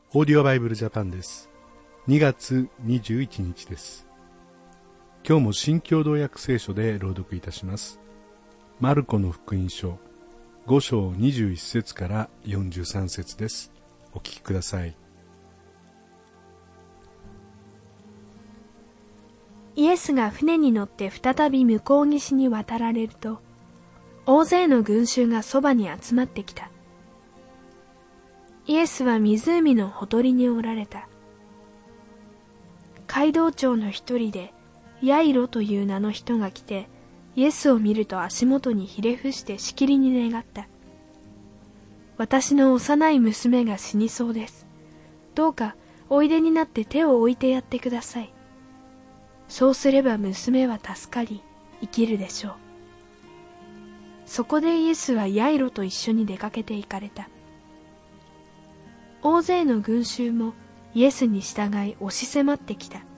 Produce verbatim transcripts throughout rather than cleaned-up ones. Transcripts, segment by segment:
オーディオバイブルジャパンです。にがつにじゅういちにちです。今日も新共同訳聖書で朗読いたします。マルコの福音書ごしょうにじゅういっせつからよんじゅうさんせつです。お聞きください。 イエスが船に乗って再び向こう岸に渡られると、大勢の群衆がそばに集まってきた。イエスは湖のほとりにおられた。街道長の一人でヤイロという名の人が来て、イエスを見ると足元にひれ伏してしきりに願った。私の幼い娘が死にそうです。どうかおいでになって手を置いてやってください。そうすれば娘は助かり生きるでしょう。そこでイエスはヤイロと一緒に出かけて行かれた。大勢の群衆もイエスに従い押し迫ってきた。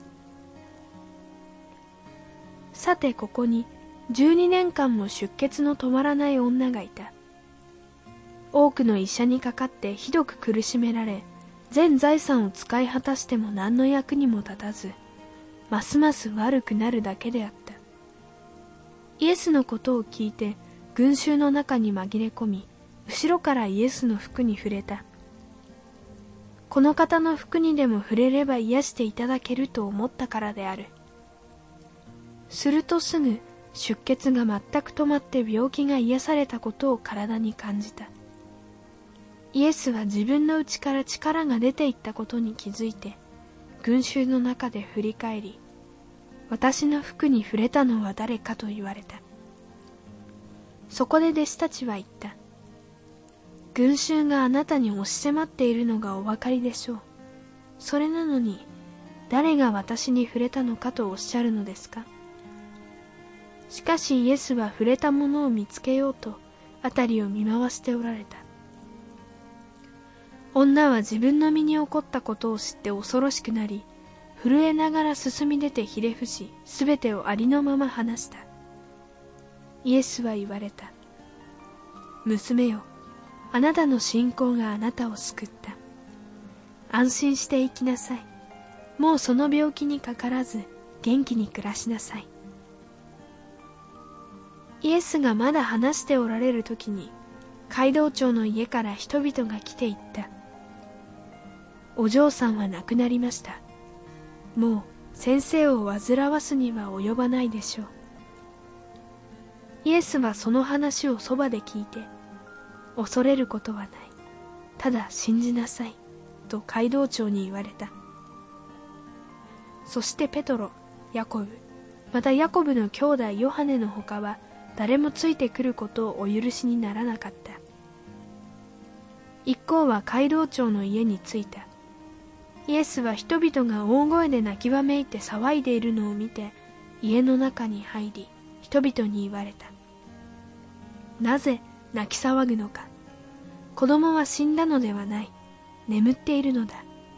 さてここにじゅうにねんかんも出血の止まらない女がいた。多くの医者にかかってひどく苦しめられ、全財産を使い果たしても何の役にも立たず、ますます悪くなるだけであった。イエスのことを聞いて群衆の中に紛れ込み、後ろからイエスの服に触れた。この方の服にでも触れれば癒していただけると思ったからである。するとすぐ出血が全く止まって病気が癒されたことを体に感じた。イエスは自分の内から力が出ていったことに気づいて、群衆の中で振り返り、私の服に触れたのは誰かと言われた。そこで弟子たちは言った。群衆があなたに押し迫っているのがお分かりでしょう。それなのに、誰が私に触れたのかとおっしゃるのですか。しかしイエスは触れたものを見つけようと、あたりを見回しておられた。女は自分の身に起こったことを知って恐ろしくなり、震えながら進み出てひれ伏し、すべてをありのまま話した。イエスは言われた。娘よ、あなたの信仰があなたを救った。安心して生きなさい。もうその病気にかからず元気に暮らしなさい。イエスがまだ話しておられる時に、街道長の家から人々が来ていった。お嬢さんは亡くなりました。もう先生を煩わすには及ばないでしょう。イエスはその話をそばで聞いて、恐れることはない。ただ信じなさい。と街道長に言われた。そしてペトロ、ヤコブ、またヤコブの兄弟ヨハネのほかは誰もついてくることをお許しにならなかった。一行は街道長の家に着いた。イエスは人々が大声で泣きわめいて騒いでいるのを見て、家の中に入り、人々に言われた。なぜ泣き騒ぐのか。子供は死んだのではない。眠っているのだ。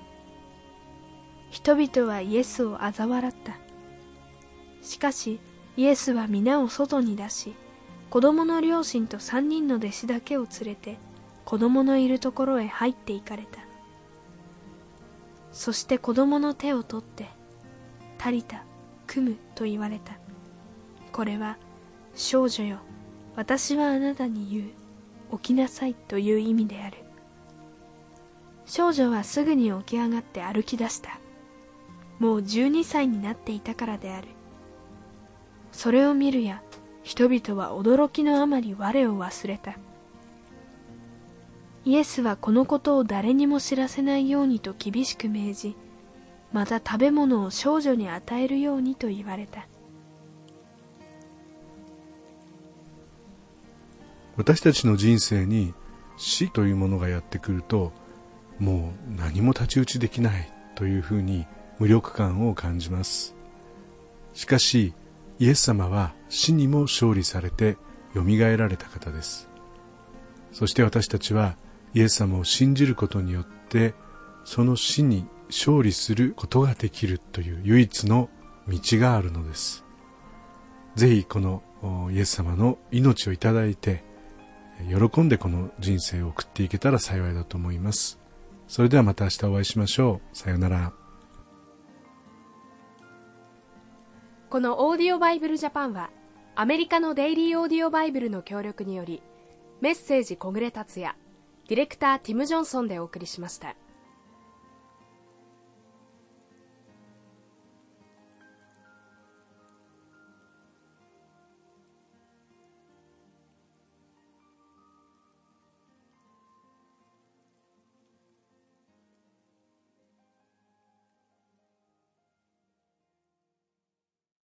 人々はイエスを嘲笑った。しかしイエスは皆を外に出し、子供の両親と三人の弟子だけを連れて、子供のいるところへ入って行かれた。そして子供の手を取って、タリタ、クムと言われた。これは、少女よ、私はあなたに言う、起きなさいという意味である。少女はすぐに起き上がって歩き出した。もうじゅうにさいになっていたからである。それを見るや、人々は驚きのあまり我を忘れた。イエスはこのことを誰にも知らせないようにと厳しく命じ、また食べ物を少女に与えるようにと言われた。 私たちの人生に死というものがやってくると、もう何も太刀打ちできないというふうに無力感を感じます。しかしイエス様は死にも勝利されてよみがえられた方です。そして私たちはイエス様を信じることによってその死に勝利することができるという唯一の道があるのです。ぜひこのイエス様の命をいただいて喜んでこの人生を送っていけたら幸いだと思います。 それではまた明日お会いしましょう。さようなら。 このオーディオバイブルジャパンはアメリカのデイリーオーディオバイブルの協力により、メッセージ小暮達也、ディレクターティム・ジョンソンでお送りしました。